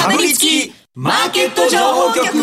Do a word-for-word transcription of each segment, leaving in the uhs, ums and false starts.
かぶりつきマーケット情報局。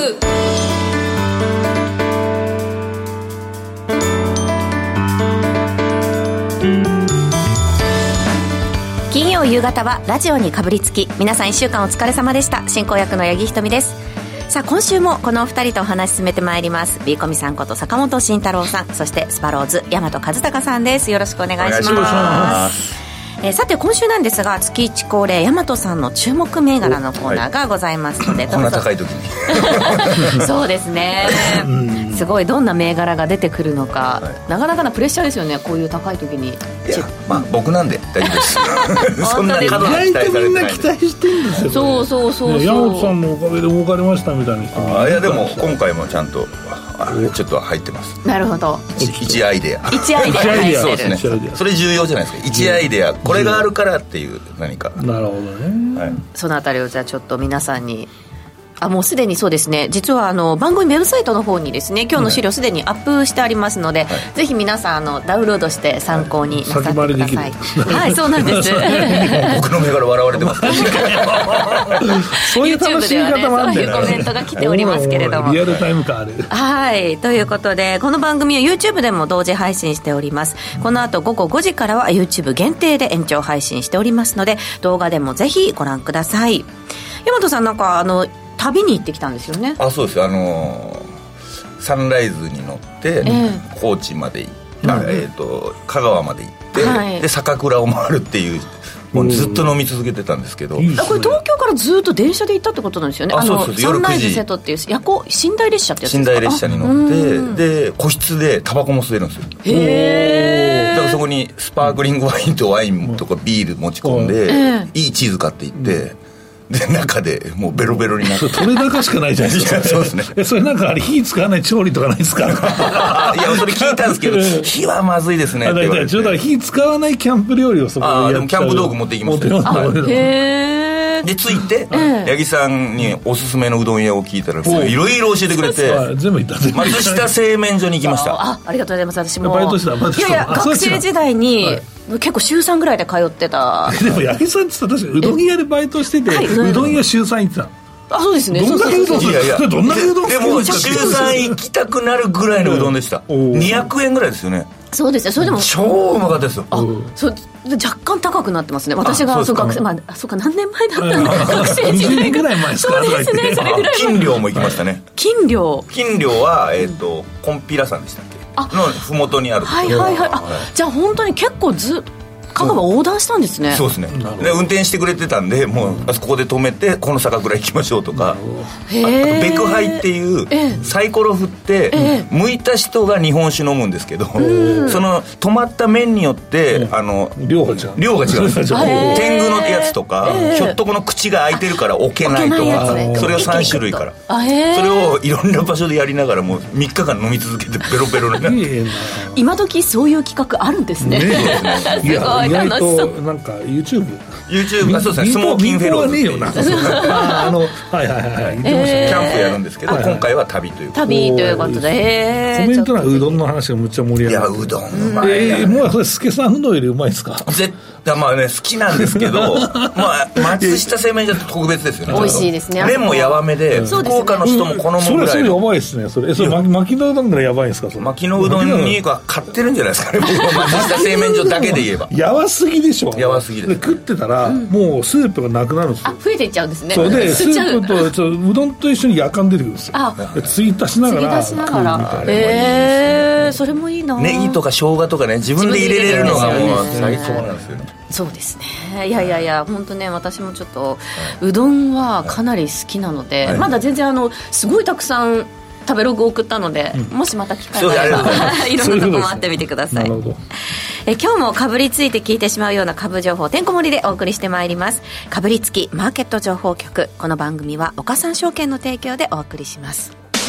金曜夕方はラジオにかぶりつき、皆さんいっしゅうかんお疲れ様でした。進行役の八木ひとみです。さあ今週もこのお二人とお話進めてまいります。ビーコミさんこと坂本慎太郎さん、そしてスパローズ大和和孝さんです。よろしくお願いします。えー、さて今週なんですが、月一恒例大和さんの注目銘柄のコーナーがございますので、はい、 こんな高い時にそうですねすごいどんな銘柄が出てくるのか、はい、なかなかなプレッシャーですよね、こういう高い時に。いや、まあ、僕なんで大丈夫ですそんな過度な期待されてない。 みんな期待してるんですよ。 そうそうそうそう、 ね、大和さんのおかげで儲かりましたみたいな人も。 あ、いやでも今回もちゃんとちょっと入ってます。 なるほど。 いちアイデアいちアイデア入ってる。 そうですね、それ重要じゃないですか。いちアイデア、これがあるからっていう何か。 なるほどね、 はい、そのあたりをじゃあちょっと皆さんに、あ、もうすでにそうですね、実はあの番組ウェブサイトの方にですね、今日の資料すでにアップしてありますので、はい、ぜひ皆さんあのダウンロードして参考になさってください。はい、そうなんです僕の目から笑われてますそういう楽しみ方もあるんだよね。 そういうコメントが来ておりますけれども、 リアルタイム感ある。 はい、ということでこの番組は YouTube でも同時配信しております。この後午後ごじからは YouTube 限定で延長配信しておりますので、動画でもぜひご覧ください。大和さん、なんかあの旅に行ってきたんですよね。 あ、そうです。あのー、サンライズに乗って、えー、高知まで行って、うん、えー、と香川まで行って、はい、で酒蔵を回るっていう、もうずっと飲み続けてたんですけど、うん、 これ東京からずっと電車で行ったってことなんですよね。 あ、そうそう、 サンライズ瀬戸っていう夜行寝台列車ってやつですか。 寝台列車に乗って、で個室でタバコも吸えるんですよ。 へー。 だからそこにスパークリングワインとワインとかビール持ち込んで、うん、いいチーズ買って行って、うん、で中でもうベロベロになって取れ高しかないじゃないですか。 そうですね。 え、それなんかあれ火使わない調理とかないですか。いや、 それ聞いたんですけど火はまずいですねって言われて。 ちょっと火使わないキャンプ料理をそこでやっちゃう。あ、でもキャンプ道具持っていきましたよ。 へー。 で着いて、八木さんにおすすめのうどん屋を聞いたらいろいろ教えてくれて、 全部行った。 松下製麺所に行きました。 あ、ありがとうございます。私もバイトしたバイトした。 いやいや、学生時代に、はい、結構週さんぐらいで通ってた。 でも八木さんって言ったら確かにうどん屋でバイトしてて、はい、うどん屋週さん行ってた。 あ、そうですね。 どんだけうどん、いやいや、どんだけうどん。 でも週さん行きたくなるぐらいのうどんでした。にひゃくえんぐらいですよね。 そうですね。それでも超うまかったですよ。 あ、そう若干高くなってますね。私がそう学生、まあそうか、何年前だったんだ。学生時代ぐらい前ですか。 そうですね。それぐらい前。 金寮も行きましたね。 金寮。 金寮はえっとコンピラ山でしたっけ？のふもとにある。 はいはいはい。あ、じゃあ本当に結構ず香川横断したんですね。 そうですね。で運転してくれてたんで、もうあそこで止めてこの酒蔵行きましょうとか、あとベクハイっていうサイコロ振って向いた人が日本酒飲むんですけど、その止まった面によってあの量が違う量が違うんですよ。天狗のやつとかひょっとこの口が開いてるから置けないとか、それをさん種類から、それをいろんな場所でやりながらもうみっかかん飲み続けてベロベロになって。 今時そういう企画あるんですね。 いや、意外となんか YouTube YouTube、あ、そうですね、スモーキンフェローズっていう、 あの、はいはいはい、言ってましたね。 キャンプやるんですけど、今回は旅ということで。 旅ということで、 コメント欄うどんの話がむっちゃ盛り上がる。 いや、うどんうまい。 え、もうそれ助さんうどんよりうまいですか？ 絶対まあね、好きなんですけど、まあ松下製麺所って特別ですよね。 美味しいですね。 麺もやわめで、福岡の人も好むぐらい。 それそれやばいですね。それ、それ巻きのうどんぐらいやばいんですか？ 巻きのうどんには買ってるんじゃないですかね。松下製麺所だけで言えば。 やわすぎでしょ。 やわすぎです。 食ってたらもうスープがなくなるんですよ。 あ、増えていっちゃうんですね。 そうでスープとちょうどんと一緒にやかん出てくるんですよ。あ、継ぎ足しながら食うみたいな。へえ、それもいいな。 ネギとか生姜とかね、自分で入れれるのがもう最高なんですよね。 そうですね。いやいやいや、本当ね、私もちょっとうどんはかなり好きなので、はい、まだ全然あのすごいたくさん食べログを送ったので、うん、もしまた機会があればいろんなとこもあってみてください。え今日もかぶりついて聞いてしまうような株情報てんこ盛りでお送りしてまいります。かぶりつきマーケット情報局。この番組は岡三証券の提供でお送りします。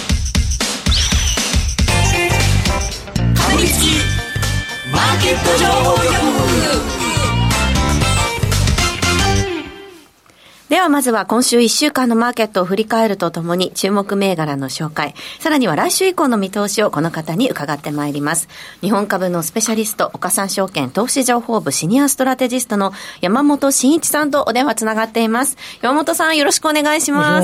かぶりつきマーケット情報局。 ではまずは今週いっしゅうかんのマーケットを振り返るとともに注目銘柄の紹介、さらには来週以降の見通しをこの方に伺ってまいります。日本株のスペシャリスト、岡三証券投資情報部シニアストラテジストの山本真一さんとお電話つながっています。山本さん、よろしくお願いします。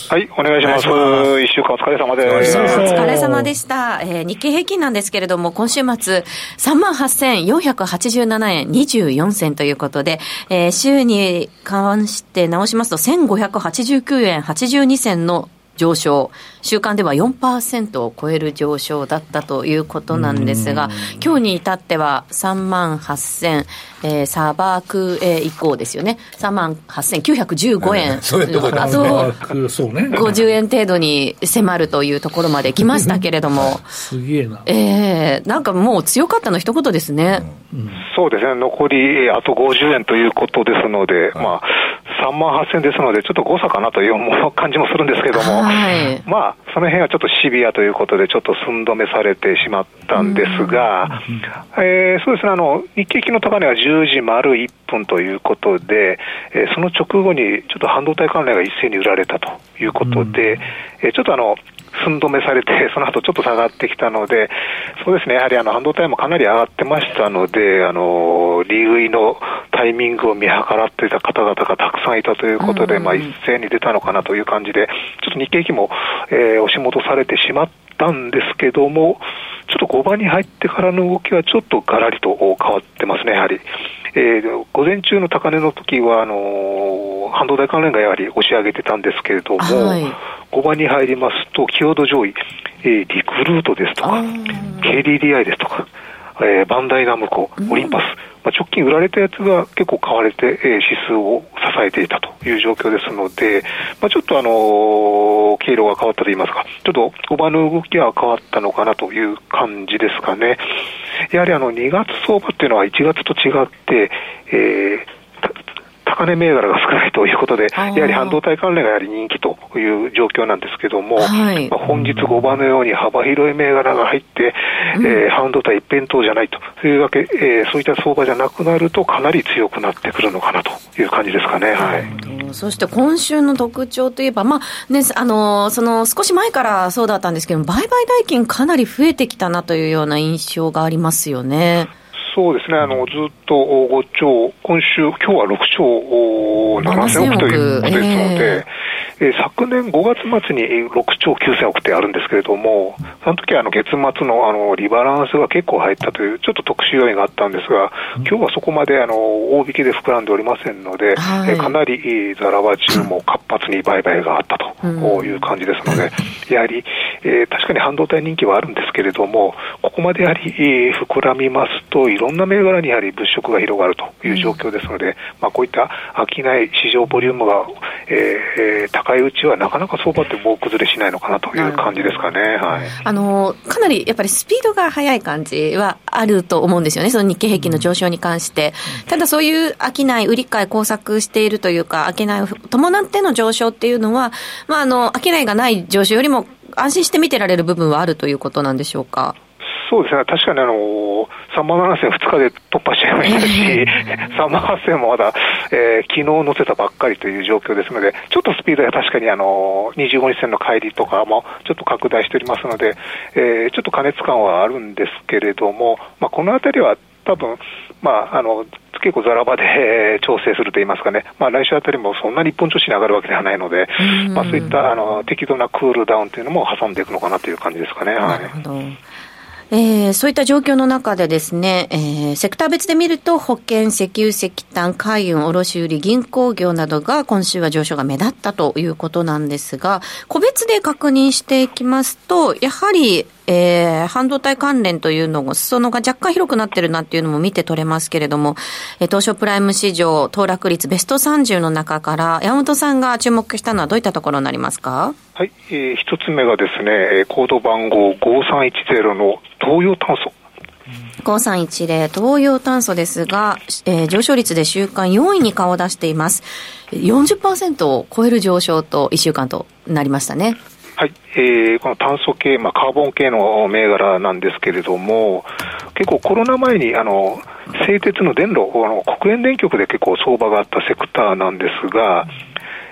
はい、お願いします。いっしゅうかんお疲れ様です。 お疲れ様でした。えー、日経平均なんですけれども、今週末 さんまんはっせんよんひゃくはちじゅうななえんにじゅうよんせんということで、えー、週に関して直しますとせんごひゃくはちじゅうきゅうえんはちじゅうにせんの上昇、週間では よんパーセント を超える上昇だったということなんですが、今日に至ってはさんまんはっせん、えー、サバク、えー、以降ですよね、さんまんはっせんきゅうひゃくじゅうごえん、えー、あとごじゅうえん程度に迫るというところまで来ましたけれどもすげえな、 えー、なんかもう強かったの一言ですね、 うん、そうですね、残りあとごじゅうえんということですので、まあさんまんはっせんですのでちょっと誤差かなという感じもするんですけども、はい、まあその辺はちょっとシビアということでちょっと寸止めされてしまったんですが、えー、そうですね、あの日経期の高値はじゅうじ丸いっぷんということで、えー、その直後にちょっと半導体関連が一斉に売られたということで、えー、ちょっとあの寸止めされてその後ちょっと下がってきたので、そうですね、やはりあの半導体もかなり上がってましたので、あの利食いのタイミングを見計らっていた方々がたくさんいたということで、まあ、一斉に出たのかなという感じで、ちょっと日経平均も、えー、押し戻されてしまったんですけども、ちょっとごばんに入ってからの動きはちょっとガラリと変わってますね。やはり、えー、午前中の高値の時はあのー、半導体関連がやはり押し上げてたんですけれども、はい、ごばんに入りますとキーワード上位、えー、リクルートですとか ケーディーディーアイ ですとか、えー、バンダイナムコ、オリンパス、まあ、直近売られたやつが結構買われて、えー、指数を支えていたという状況ですので、まあ、ちょっとあのー、経路が変わったといいますか、ちょっとごばんの動きが変わったのかなという感じですかね。やはりあのにがつ相場っていうのはいちがつと違って、えー高値銘柄が少ないということで、やはり半導体関連がやはり人気という状況なんですけども、はい、まあ、本日ごばんのように幅広い銘柄が入って、うん、えー、半導体一辺倒じゃないというわけ、えー、そういった相場じゃなくなるとかなり強くなってくるのかなという感じですかね。はい、 そして今週の特徴といえば、まあね、あのその少し前からそうだったんですけど、売買代金かなり増えてきたなというような印象がありますよね。 そうですね、あのずっとごちょう、今週、今日はろくちょうななせんおくということですので、えーえー、昨年ごがつ末にろくちょうきゅうせんおくってあるんですけれども、その時はあの月末の、あのリバランスが結構入ったというちょっと特殊要因があったんですが、今日はそこまであの大引けで膨らんでおりませんので、はい、えー、かなりザラバ中も活発に売買があったという感じですので、うん、やはり、えー、確かに半導体人気はあるんですけれども、ここまでやはり、えー、膨らみますといろんな銘柄にやはり物色が広がるという状況ですので、うん、まあ、こういった商い市場ボリュームが、えー、高いうちはなかなか相場って大崩れしないのかなという感じですかね。はい、 あのかなりやっぱりスピードが速い感じはあると思うんですよね、その日経平均の上昇に関して、うん、ただそういう商い売り買い交錯しているというか、商いを伴っての上昇っていうのは、まあ、あの商いがない上昇よりも安心して見てられる部分はあるということなんでしょうか。 そうですね、確かにあのさんまんななせんふつかで突破しちゃいましたし、さんまんはっせんもまだ、えー、昨日乗せたばっかりという状況ですので、ちょっとスピードは確かにあのにじゅうごにち線の乖離とかもちょっと拡大しておりますので、えー、ちょっと過熱感はあるんですけれども、まあ、このあたりは多分、まあ、あの結構ザラ場で、えー、調整するといいますかね、まあ、来週あたりもそんなに一本調子に上がるわけではないので、まあ、そういったあの適度なクールダウンというのも挟んでいくのかなという感じですかね。はい、なるほど。 えー、そういった状況の中でですね、えー、セクター別で見ると保険、石油、石炭、海運、卸売、銀行業などが今週は上昇が目立ったということなんですが、個別で確認していきますと、やはり、えー、半導体関連というのが裾野が若干広くなってるなっていうのも見て取れますけれども、えー、東証プライム市場騰落率ベストさんじゅうの中から山本さんが注目したのはどういったところになりますか？ はい、えー、一つ目がですね、コード番号ごさんいちゼロの東洋炭素。 ごさんいちゼロ東洋炭素ですが、えー、上昇率で週間よんいに顔を出しています。よんじゅっパーセント を超える上昇といっしゅうかんとなりましたね。 はい、えー、この炭素系、まあ、カーボン系の銘柄なんですけれども、結構コロナ前にあの製鉄の電路、あの国営電極で結構相場があったセクターなんですが、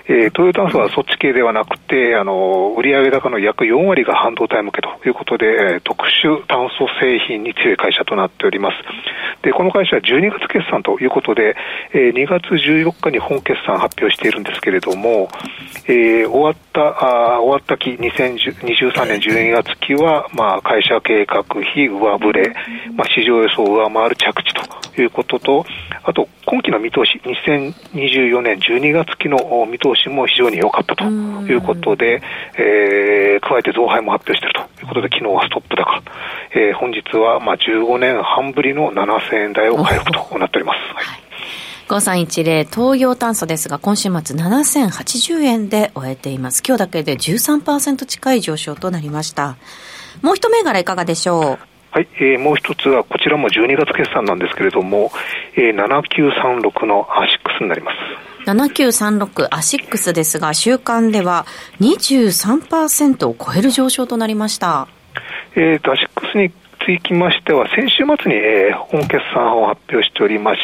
えー、トヨタンスはそっち系ではなくて、あの売上高の約よんわりが半導体向けということで、えー、特殊炭素製品に強い会社となっております。で、この会社はじゅうにがつ決算ということで、えー、にがつじゅうよっかに本決算発表しているんですけれども、えー、終わったあ終わった期にせんにじゅうさんねんじゅうにがつ期は、まあ、会社計画比上振れ、まあ、市場予想を上回る着地ということと、あと今期の見通しにせんにじゅうよねんじゅうにがつ期の見通しも非常に良かったということで、えー、加えて増配も発表しているということで、昨日はストップ高、えー、本日はまあじゅうごねんはんぶりのななせんえん台を回復となっております。はい、 ごさんいちゼロ東洋炭素ですが、今週末ななせんはちじゅうえんで終えています。今日だけで じゅうさんパーセント 近い上昇となりました。もう一銘柄いかがでしょう。 はい、えー、もう一つはこちらもじゅうにがつ決算なんですけれども、えー、ななきゅうさんろくのアシックスになります。 ななきゅうさんろくアシックスですが、週間では にじゅうさんパーセント を超える上昇となりました。 えーと、アシックスにつきましては先週末に、えー、本決算を発表しておりまして、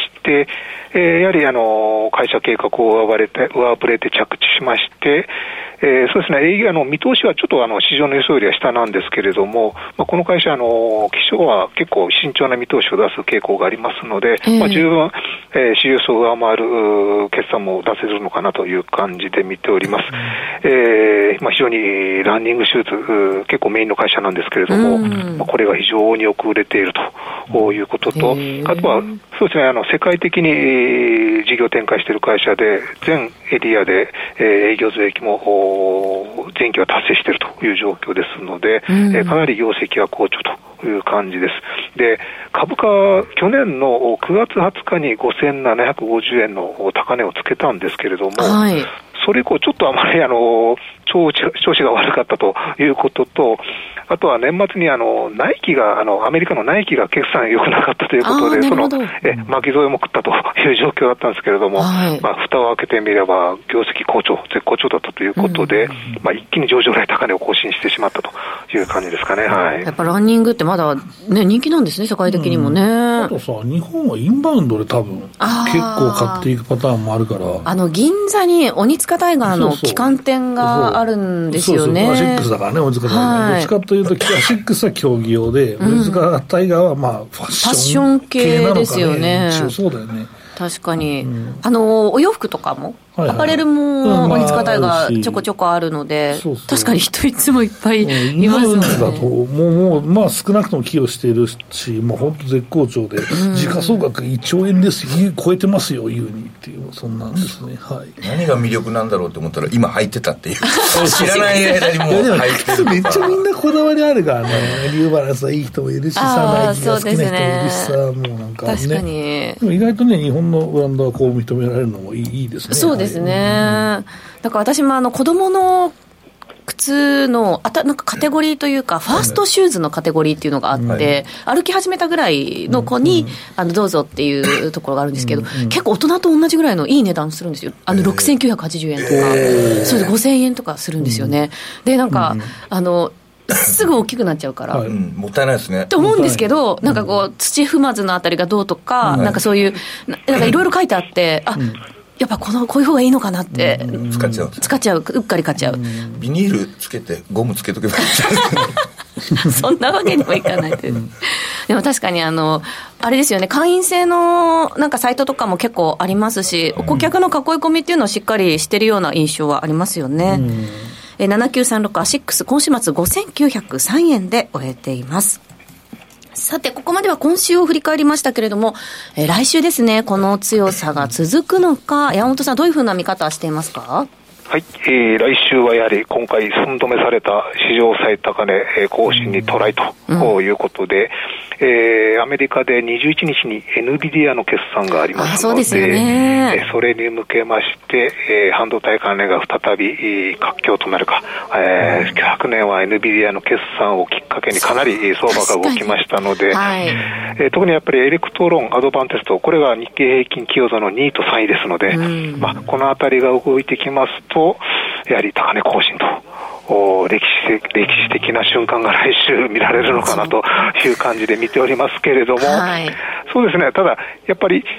えー、やはりあの会社計画を上振れて上振れて着地しまして、えー、そうですね、営業の見通しはちょっとあの市場の予想よりは下なんですけれども、まあ、この会社あの期初は結構慎重な見通しを出す傾向がありますので、えーまあ、十分、えー、市場予想を上回る決算も出せるのかなという感じで見ております。えーまあ、非常にランニング手術結構メインの会社なんですけれども、まあ、これが非常によく売れているということと、あとはそうですね、あの世界的に事業展開している会社で全エリアで、えー、営業増益も前期は達成しているという状況ですので、うん、えー、かなり業績は好調という感じです。で、株価去年のくがつはつかにごせんななひゃくごじゅうえんの高値をつけたんですけれども、はい、それ以降ちょっとあまりあの調子調子が悪かったということと、あとは年末にあのナイキがあのアメリカのナイキが決算良くなかったということで、そのえ巻き添えも食ったという状況だったんですけれども、はい、まあ、蓋を開けてみれば業績好調絶好調だったということで、うん、まあ、一気に上場来高値を更新してしまったという感じですかね。はい、 やっぱランニングってまだ、ね、人気なんですね、世界的にもね。うん、 あとさ、日本はインバウンドで多分結構買っていくパターンもあるから、 あの銀座に鬼塚タイガーの旗艦店があるんですよね。 そうそう、アシックスだからね、鬼塚タイガー、はい、どっちかというとアシックスは競技用で、鬼塚タイガーはまあファッション系なのかね、 ですよね。 そうだよね。 確かに、うん、あのお洋服とかも、はいはい、アパレルも鬼塚タイガーちょこちょこあるので、そうそう、確かに人いつもいっぱいいますもんね。 今だともう、もうまあ、少なくとも寄与しているし、もう本当絶好調で、うん、時価総額いっちょうえんですよ、超えてますよ、優にっていう、そんなんですね。はい、 何が魅力なんだろうと思ったら今入ってたっていう知らない間にもう入ってる。 めっちゃみんなこだわりあるからね。ニューバランスはいい人もいるしさ、ナイキが好きな人もいるしさ、もうなんかね、 確かに。 でも意外とね、日本のブランドはこう認められるのもいい、いいですね。 そうですね。はい、だから私もあの子供の靴のあたなんかカテゴリーというか、ファーストシューズのカテゴリーっていうのがあって、はい、歩き始めたぐらいの子に、うん、あのどうぞっていうところがあるんですけど、うん、結構大人と同じぐらいのいい値段するんですよ。あのろくせんきゅうひゃくはちじゅうえんとか、えー、それでごせんえんとかするんですよね。うん、でなんか、うん、あのすぐ大きくなっちゃうから、はい、 うん、もったいないですねと思うんですけど、なんかこう土踏まずのあたりがどうとか、うん、なんかそういうなんかいろいろ書いてあって、あ、うん、やっぱこのこういう方がいいのかなって、 うん、使っちゃう使っちゃううっかり買っちゃう、うん、 ビニールつけてゴムつけとけばいいそんなわけにもいかないで、うん、でも確かにあのあれですよね、会員制のなんかサイトとかも結構ありますし、うん、顧客の囲い込みっていうのをしっかりしてるような印象はありますよね。うん、えななきゅうさんろくアシックス今週末ごせんきゅうひゃくさんえんで終えています。さてここまでは今週を振り返りましたけれども、えー、来週ですね、この強さが続くのか、山本さんどういうふうな見方していますか？ はい、えー、来週はやはり今回寸止めされた史上最高値、えー、更新にトライと、うん、いうことで、えー、アメリカでにじゅういちにちに エヌビディア の決算がありますので、そ, で、ねえー、それに向けまして、えー、半導体関連が再び、えー、活況となるか、えー、昨年は エヌビディア の決算をきっかけにかなり相場が動きましたので、はい、えー、特にやっぱりエレクトロン、アドバンテスト、これが日経平均寄与度のにいとさんいですので、うん、まあ、このあたりが動いてきますと、やはり高値更新と歴史的、歴史的な瞬間が来週見られるのかなという感じで見ておりますけれども、はい、そうですね、ただやっぱり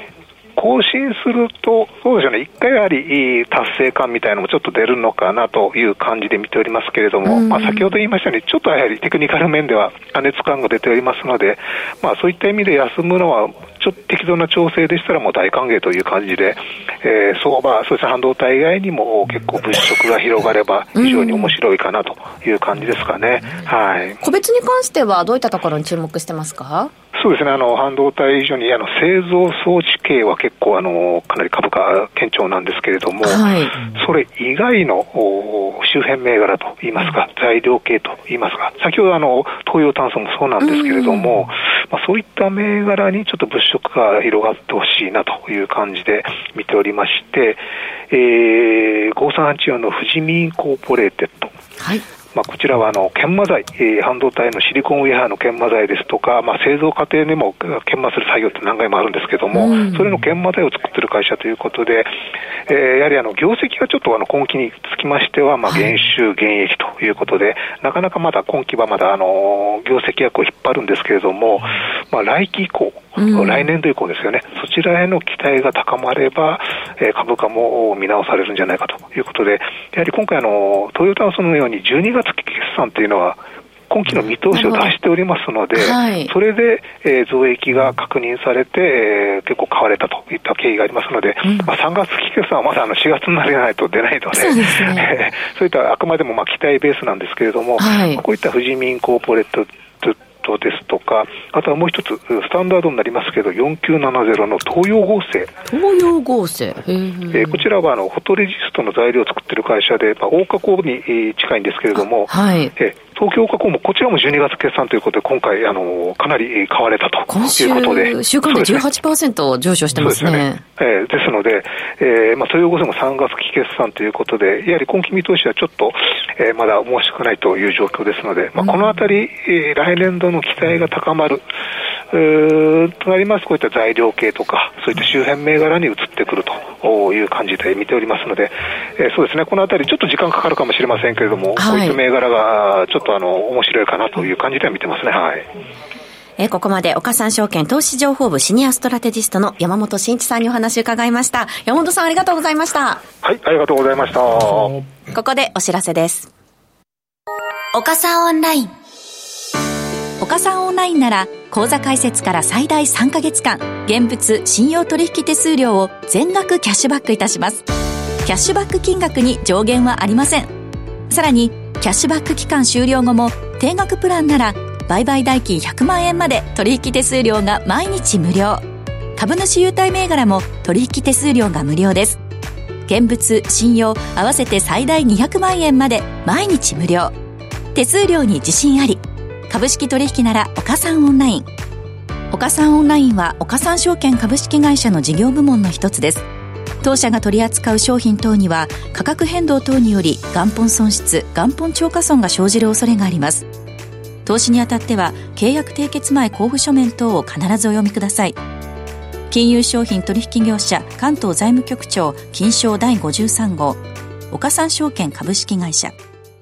更新すると、そうですよね、一回やはり達成感みたいなのもちょっと出るのかなという感じで見ておりますけれども、まあ、先ほど言いましたように、ちょっとやはりテクニカル面では過熱感が出ておりますので、まあ、そういった意味で休むのは、ちょっと適度な調整でしたらもう大歓迎という感じで、えー、相場、そうですね、半導体以外にも結構物色が広がれば非常に面白いかなという感じですかね。はい。 個別に関してはどういったところに注目してますか？ そうですね、あの半導体以上にあの製造装置系は結構あのかなり株価堅調なんですけれども、はい、それ以外の周辺銘柄といいますか、材料系といいますか、先ほどあの東洋炭素もそうなんですけれども、まあ、そういった銘柄にちょっと物色が広がってほしいなという感じで見ておりまして、えー、ごさんはちよんの富士見インコーポレーテッド、はい、まあ、こちらはあの研磨剤、えー、半導体のシリコンウェアの研磨剤ですとか、まあ、製造過程でも研磨する作業って何回もあるんですけども、うん、それの研磨剤を作っている会社ということで、えー、やはりあの業績がちょっとあの今期につきましては、まあ、減収減益ということで、はい、なかなかまだ今期はまだあの業績額を引っ張るんですけれども、まあ、来期以降、うん、来年度以降ですよね、そちらへの期待が高まれば、えー、株価も見直されるんじゃないかということで、やはり今回あのトヨタはそのようにじゅうにがつ決算というのは今期の見通しを出しておりますので、はい、それで、えー、増益が確認されて、えー、結構買われたといった経緯がありますので、うん、まあ、さんがつ期決算はまだあのしがつにならないと出ないので、そうですね、そういったあくまでもまあ期待ベースなんですけれども、はい、こういった富士見インコーポレートですとか、あとはもう一つスタンダードになりますけどよんきゅうななゼロの東洋合成、 東洋合成、へー、えー、こちらはあのフォトレジストの材料を作っている会社で、まあ、大加工に近いんですけれども、はい、えー東京加工もこちらもじゅうにがつ決算ということで、今回あのかなり買われたということで、 今週週間で じゅうはちパーセント 上昇してますね。 そうですね、えー、ですので、えーまあ、東洋合成もさんがつ期決算ということで、やはり今期見通しはちょっと、えー、まだ思わしくないという状況ですので、まあ、このあたり、えー、来年度の期待が高まるうーとなりますと、こういった材料系とかそういった周辺銘柄に移ってくるという感じで見ておりますので、えー、そうですね、このあたりちょっと時間かかるかもしれませんけれども、はい、こういった銘柄がちょっとあの面白いかなという感じでは見てますね。はい。 えー、ここまで岡三証券投資情報部シニアストラテジストの山本慎一さんにお話を伺いました。山本さん、ありがとうございました。 はい、ありがとうございました。ここでお知らせです。 岡三オンライン、 岡三オンラインなら口座開設から最大さんかげつかん現物信用取引手数料を全額キャッシュバックいたします。キャッシュバック金額に上限はありません。さらにキャッシュバック期間終了後も定額プランなら売買代金ひゃくまんえんまで取引手数料が毎日無料。株主優待銘柄も取引手数料が無料です。現物信用合わせて最大にひゃくまんえんまで毎日無料。手数料に自信あり。株式取引なら岡三オンライン。岡三オンラインは岡三証券株式会社の事業部門の一つです。当社が取り扱う商品等には価格変動等により元本損失、元本超過損が生じる恐れがあります。投資にあたっては契約締結前交付書面等を必ずお読みください。金融商品取引業者関東財務局長金商だいごじゅうさん号岡三証券株式会社。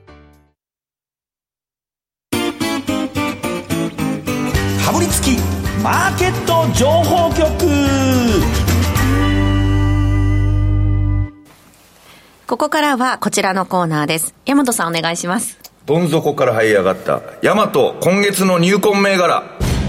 かぶりつきマーケット情報局。 ここからはこちらのコーナーです。大和さん、お願いします。 どん底から這い上がった大和今月の入魂銘柄。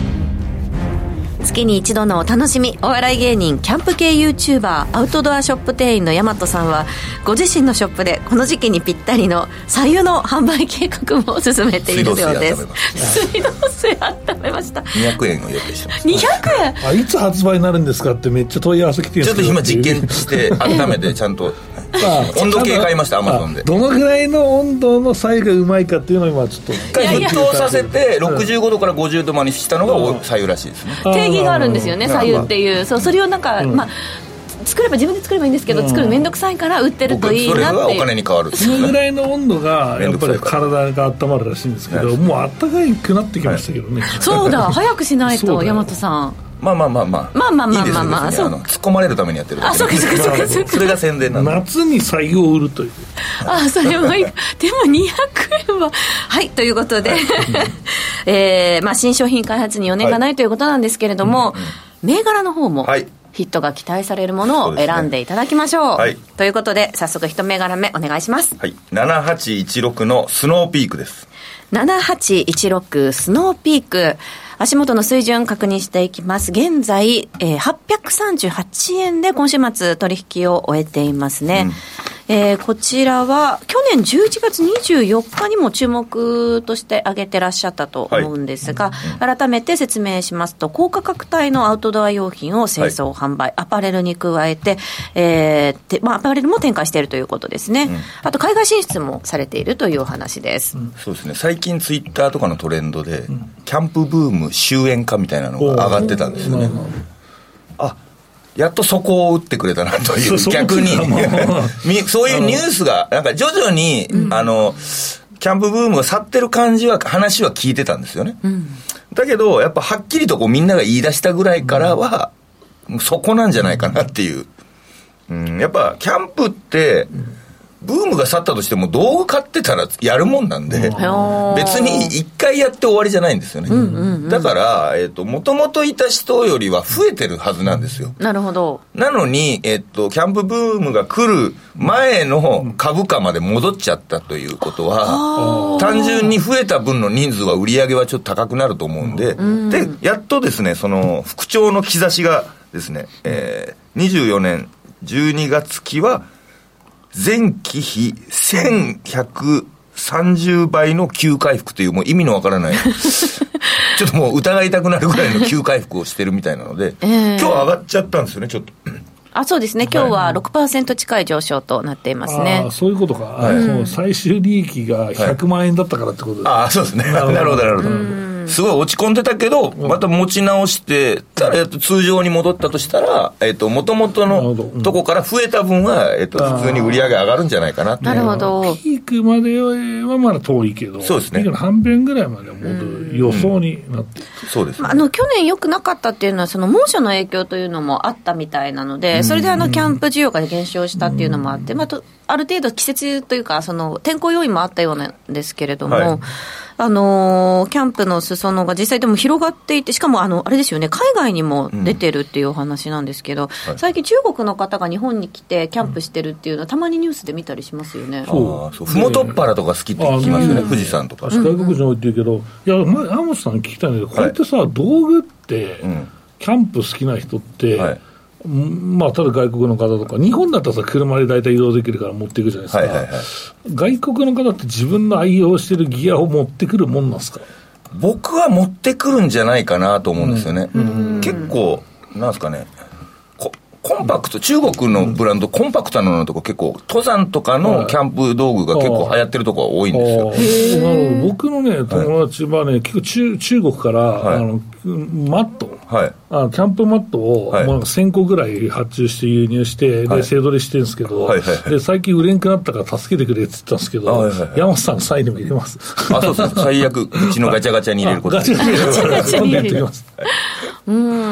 月に一度のお楽しみ、お笑い芸人、キャンプ系 YouTuber、アウトドアショップ店員の大和さんは、ご自身のショップでこの時期にぴったりの白湯の販売計画も進めているようです。水道水温めました。 にひゃくえんを予定してます。 にひゃくえんあ、いつ発売になるんですかってめっちゃ問い合わせ来てるんですけど、 ちょっと今実験して温めてちゃんと温度計買いました。アマゾンでどのぐらいの温度の白湯がうまいかっていうのを今ちょっと一回沸騰させてろくじゅうごどからごじゅうどまでしたのが白湯らしいですね。 定義があるんですよね、白湯っていう。そう、それをなんか、うん、まあ作れば自分で作ればいいんですけど、うん、作るのめんどくさいから売ってるといいなって。それがお金に変わる。 そのぐらいの温度がやっぱり体が温まるらしいんですけど、もうあったかくなってきましたけどね、はい、 そうだ、早くしないと大和さん。 まあまあまあまあまあまあまあまあまあ、 そう、突っ込まれるためにやってる。 あ、そうかそうかそうか。 それが宣伝なんだ。 夏に白湯を売るという。 あ、それもいい。でもにひゃくえんははいということで、えー、まあ新商品開発に余念がないということなんですけれども、銘柄の方もヒットが期待されるものを選んでいただきましょう、う、ね、はい、ということで早速一銘柄目お願いします。 はい、ななはちいちろくのスノーピークです。 ななはちいちろくスノーピーク、足元の水準確認していきます。現在、えー、はっぴゃくさんじゅうはちえんで今週末取引を終えていますね、うん、えー、こちらは去年じゅういちがつにじゅうよっかにも注目として挙げてらっしゃったと思うんですが、はい、改めて説明しますと、高価格帯のアウトドア用品を製造販売、はい、アパレルに加えて、えーてまあ、アパレルも展開しているということですね、うん、あと海外進出もされているというお話です、うん、 そうですね。最近ツイッターとかのトレンドで、うん、キャンプブーム終焉化みたいなのが上がってたんですよね、うん、あ、やっとそこを打ってくれたなという、逆にそういうニュースがなんか徐々に、うん、あのキャンプブームが去ってる感じは話は聞いてたんですよね、うん、だけどやっぱはっきりとこうみんなが言い出したぐらいからは、うん、そこなんじゃないかなっていう、うん、やっぱキャンプってブームが去ったとしても道具買ってたらやるもんなんで、うん、別に一回やって終わりじゃないんですよね、うんうんうん、だからえっと元々いた人よりは増えてるはずなんですよ。 なるほど。 なのにえっとキャンプブームが来る前の株価まで戻っちゃったということは、うん、単純に増えた分の人数は売り上げはちょっと高くなると思うんで、うん、でやっとですねその復調の兆しがですね、えー、にじゅうよねんじゅうにがつ期は前期比せんひゃくさんじゅうばいの急回復というもう意味のわからないちょっともう疑いたくなるぐらいの急回復をしてるみたいなので、えー、今日上がっちゃったんですよねちょっとあ、そうですね。今日は ろくパーセント 近い上昇となっていますね。 あ、そういうことか、はい、そう最終利益がひゃくまんえんだったからってことです、 はい、あ、そうですね。なるほどなるほど。すごい落ち込んでたけどまた持ち直してたら、えっと、通常に戻ったとしたら、えっと、元々のとこから増えた分は、えっと、普通に売り上げ上がるんじゃないかなって。 なるほど。 ピークまではまだ遠いけど、 そうですね、 ピークの半分ぐらいまで戻る予想になっている、 うん、そうですね。 あの去年良くなかったっていうのはその猛暑の影響というのもあったみたいなので、それであのキャンプ需要が減少したっていうのもあって、まあ、とある程度季節というかその天候要因もあったようなんですけれども、はい、あのキャンプの裾野が実際でも広がっていて、しかもあのあれですよね、海外にも出てるっていうお話なんですけど、うん、最近中国の方が日本に来てキャンプしてるっていうのはたまにニュースで見たりしますよね。 そうそう、ふもとっぱらとか好きって聞きますよね、富士山とか。 外国人多いって言うけど、いや、まあ、山本さんに聞きたいんだけど、これってさ、はい、道具って、うん、キャンプ好きな人って、はい、まあ、ただ外国の方とか、日本だったらさ車で大体移動できるから持っていくじゃないですか、はいはいはい、外国の方って自分の愛用してるギアを持ってくるもんなんですか？ 僕は持ってくるんじゃないかなと思うんですよね、うん、結構なんですかね、コンパクト、中国のブランド、コンパクトなのとこ結構登山とかのキャンプ道具が結構流行ってるとこが多いんですよ。 なるほど。僕のね友達はね、はい、結構 中, 中国から、はい、あのマット、はい、あキャンプマットを、はい、もうなんかせんこぐらい発注して輸入して、はい、で背取りしてるんですけど、はいはいはい、で最近売れんくなったから助けてくれって言ったんですけど、はいはいはい、山本さんのサインでも入れます。 あ、そうそう、最悪うちのガチャガチャに入れることガチャガチャガチャに入れるうん、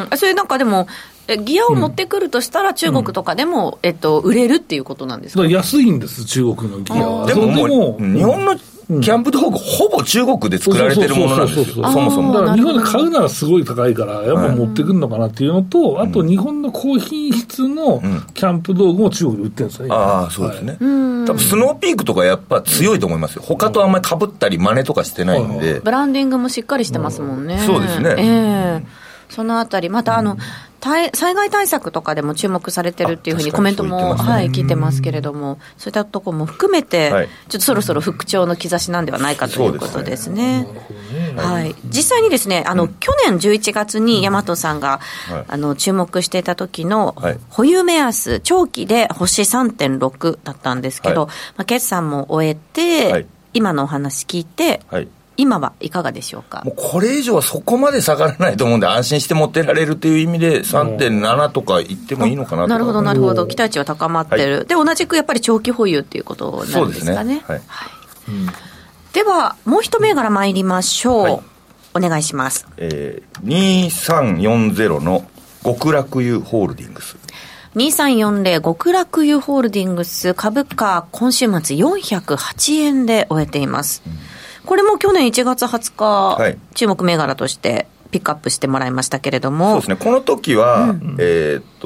それなんかでもギアを持ってくるとしたら中国とかでも、うんえっと、売れるっていうことなんですか？ だから安いんです中国のギアは。 でももう日本のキャンプ道具、うん、ほぼ中国で作られてるものなんですよ、そもそも。 だから日本で買うならすごい高いからやっぱ持ってくるのかなっていうのと、はい、あと日本の高品質のキャンプ道具も中国で売ってるんですよね、 うん、ああそうですね、はい、多分スノーピークとかやっぱ強いと思いますよ。他とあんまり被ったり真似とかしてないんで、 うん、ブランディングもしっかりしてますもんね、うん、 そうですね、 えーそのあたりまたあの、うん、災害対策とかでも注目されてるっていうふうにコメントも、ねはい、聞いてますけれども、そういったところも含めて、はい、ちょっとそろそろ復調の兆しなんではないかということですね。はい、実際にですねあの、うん、去年じゅういちがつに大和さんが、うん、あの注目していた時の保有目安長期で星 さんてんろく だったんですけど、はいまあ、決算も終えて、はい、今のお話聞いて、はい今はいかがでしょうか？ もうこれ以上はそこまで下がらないと思うんで安心して持ってられるという意味で さんてんなな とか言ってもいいのかなと。 なるほどなるほど、期待値は高まってる、はい、で同じくやっぱり長期保有っていうことになるんですかね。そうですね、はいはいうん、ではもう一銘柄参りましょう、はい、お願いします。 えー、にさんよんゼロの極楽湯ホールディングスにさんよんゼロ極楽湯ホールディングス株価今週末よんひゃくはちえんで終えています、うんこれも去年いちがつはつか、はい、注目銘柄としてピックアップしてもらいましたけれども、 そうですね、この時は、うんえー、っ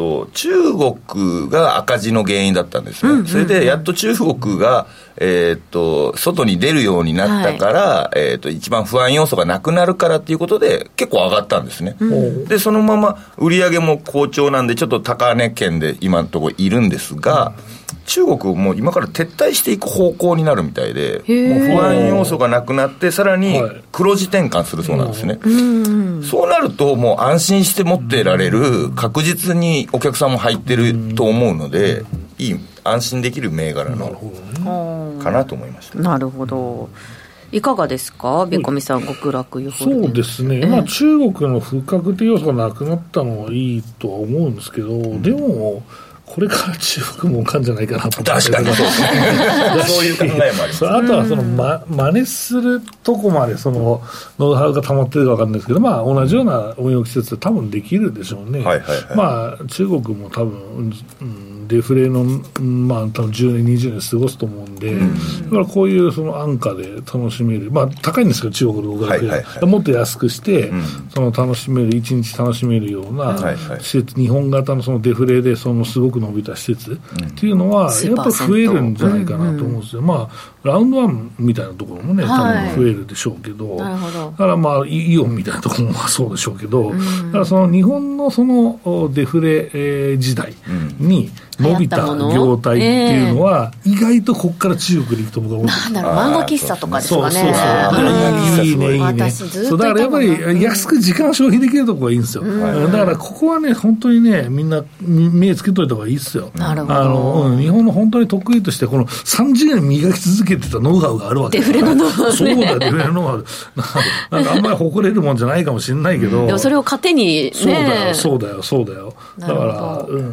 と、中国が赤字の原因だったんですね、うんうんうん、それでやっと中国が、えー、と外に出るようになったから、はい、えー、と一番不安要素がなくなるからっていうことで結構上がったんですね、うん、でそのまま売上も好調なんでちょっと高値圏で今のところいるんですが、うん、中国も今から撤退していく方向になるみたいで、もう不安要素がなくなってさらに黒字転換するそうなんですね、はい、うん、そうなるともう安心して持ってられる、確実にお客さんも入ってると思うので、いい安心できる銘柄のかなと思いました。 なるほど。いかがですか、ビコミさん、極楽予報で。 そうですね、えーまあ、中国の不確定要素がなくなったのはいいとは思うんですけど、うん、でもこれから中国もんかんじゃないかなと。 確かにそうですねそういう考えもあります。 あとはその、ま、真似するとこまでそのノウハウが溜まってるか分かんないですけど、まあ、同じような運用季節で多分できるでしょうね、はいはいはい、まあ、中国も多分、うん、デフレの、まあ、多分じゅうねんにじゅうねん過ごすと思うんで、うん、だからこういうその安価で楽しめる、まあ、高いんですけど中国の極楽、はいはいはい、もっと安くして、うん、その楽しめるいちにち楽しめるような施設、日本型のそのデフレでそのすごく伸びた施設っていうのはやっぱり増えるんじゃないかなと思うんですよ、うんうん、まあラウンドワンみたいなところもね、はい、多分増えるでしょうけど、なるほど。だからまあイオンみたいなところもそうでしょうけど、うん、だからその日本のそのデフレ、えー、時代に伸びた業態っていうのは、意外とここから中国に行くと僕は思ってます。 なんだろう、漫画喫茶とかですかね。 そうそうそう、いいねいいね。そうだからやっぱり安く時間消費できるところがいいんですよ、うん、だからここはね本当にねみんな目つけといた方がいいですよ。 なるほど。 あの、うん、日本の本当に得意としてこのさんじゅうねん磨き続けてたノウハウがあるわけデフレのノウハウ、ね、 そうだデフレのノウハウなんかあんまり誇れるもんじゃないかもしれないけど、 でもそれを糧にね、 そうだよそうだよそうだよ。だから、うん、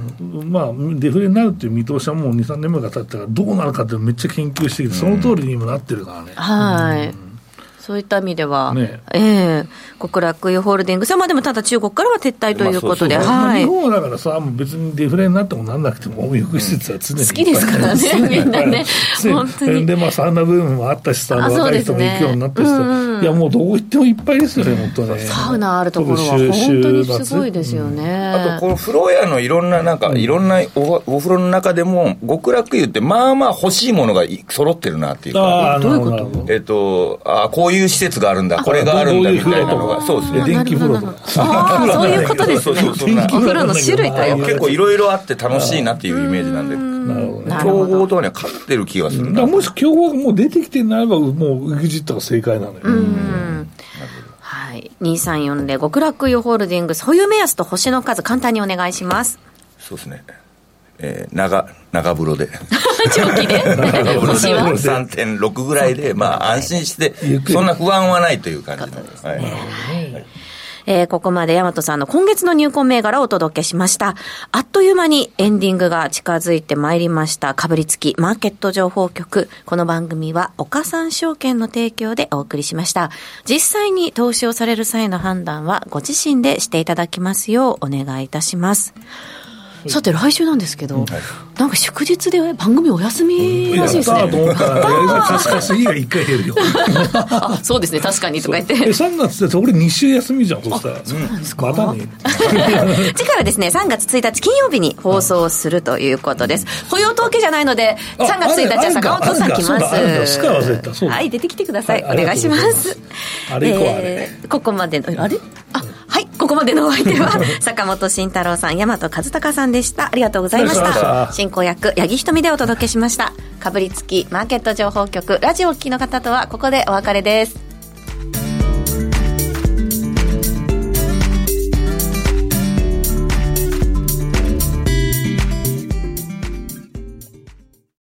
まあデフレになるっていう見通しはもう にさんねんめが経ったからどうなるかってめっちゃ研究してきて、その通りにもなってるからね、 うん、はい、うん、そういった意味では、ね、えー、極楽ホールディングスは、まあ、でもただ中国からは撤退ということで、まあ、そうそう、はい、 日本はだからさ、別にデフレになってもなんなくても温浴施設は常に、 うん、好きですからねみんなね本当に。 で、まあ、サウナブームもあったしさ、若い人も行くようになったしさ、うんうん、いやもうどこ行ってもいっぱいですよね本当ね。 サウナあるところは本当にすごいですよね、うん、 あとこの風呂屋のいろんななんか、うん、いろんな お, お風呂の中でも極楽湯ってまあまあ欲しいものが揃ってるなっていうか。 あ、どういうこと？ えっと、あ、こういう施設があるんだ、これがあるんだみたいなのが、そうですね、 電気風呂とか、 ああ、そういうことですね。お風呂の種類という結構いろいろあって楽しいなっていうイメージなんで、競合とかには勝ってる気がするな。 もし競合がもう出てきてなればもう エグジットが正解なのよ。うん、 はい、にさんよんゼロ極楽湯ホールディングス保有目安と星の数簡単にお願いします。 そうですね、えー、長, 長風呂で長期で星はさんてんろく ぐらいで、まあ、安心してそんな不安はないという感じですね、はいはい、 えー、ここまで大和さんの今月の入魂銘柄をお届けしました。あっという間にエンディングが近づいてまいりました。かぶりつきマーケット情報局、この番組は岡三証券の提供でお送りしました。実際に投資をされる際の判断はご自身でしていただきますようお願いいたします。さて来週なんですけど、はい、なんか祝日で番組お休みらしいですね。 やったと思ったら稼ぎがいっかい減るよあ、そうですね、確かにとか言ってさんがつって俺に週休みじゃん。そしたらそうなんですか、 またね次回はですねさんがつついたち金曜日に放送するということです。雇用統計じゃないのでさんがつついたちは坂本さん来ます。 すか忘れた。 はい、出てきてください、はい、お願いします。 あれ行こう、あれ、えー、 ここまでのあれあはいここまでのお相手は坂本慎太郎さん、大和和孝さんでした。ありがとうございました。進行役八木ひとみでお届けしました。かぶりつきマーケット情報局ラジオをお聞きの方とはここでお別れです。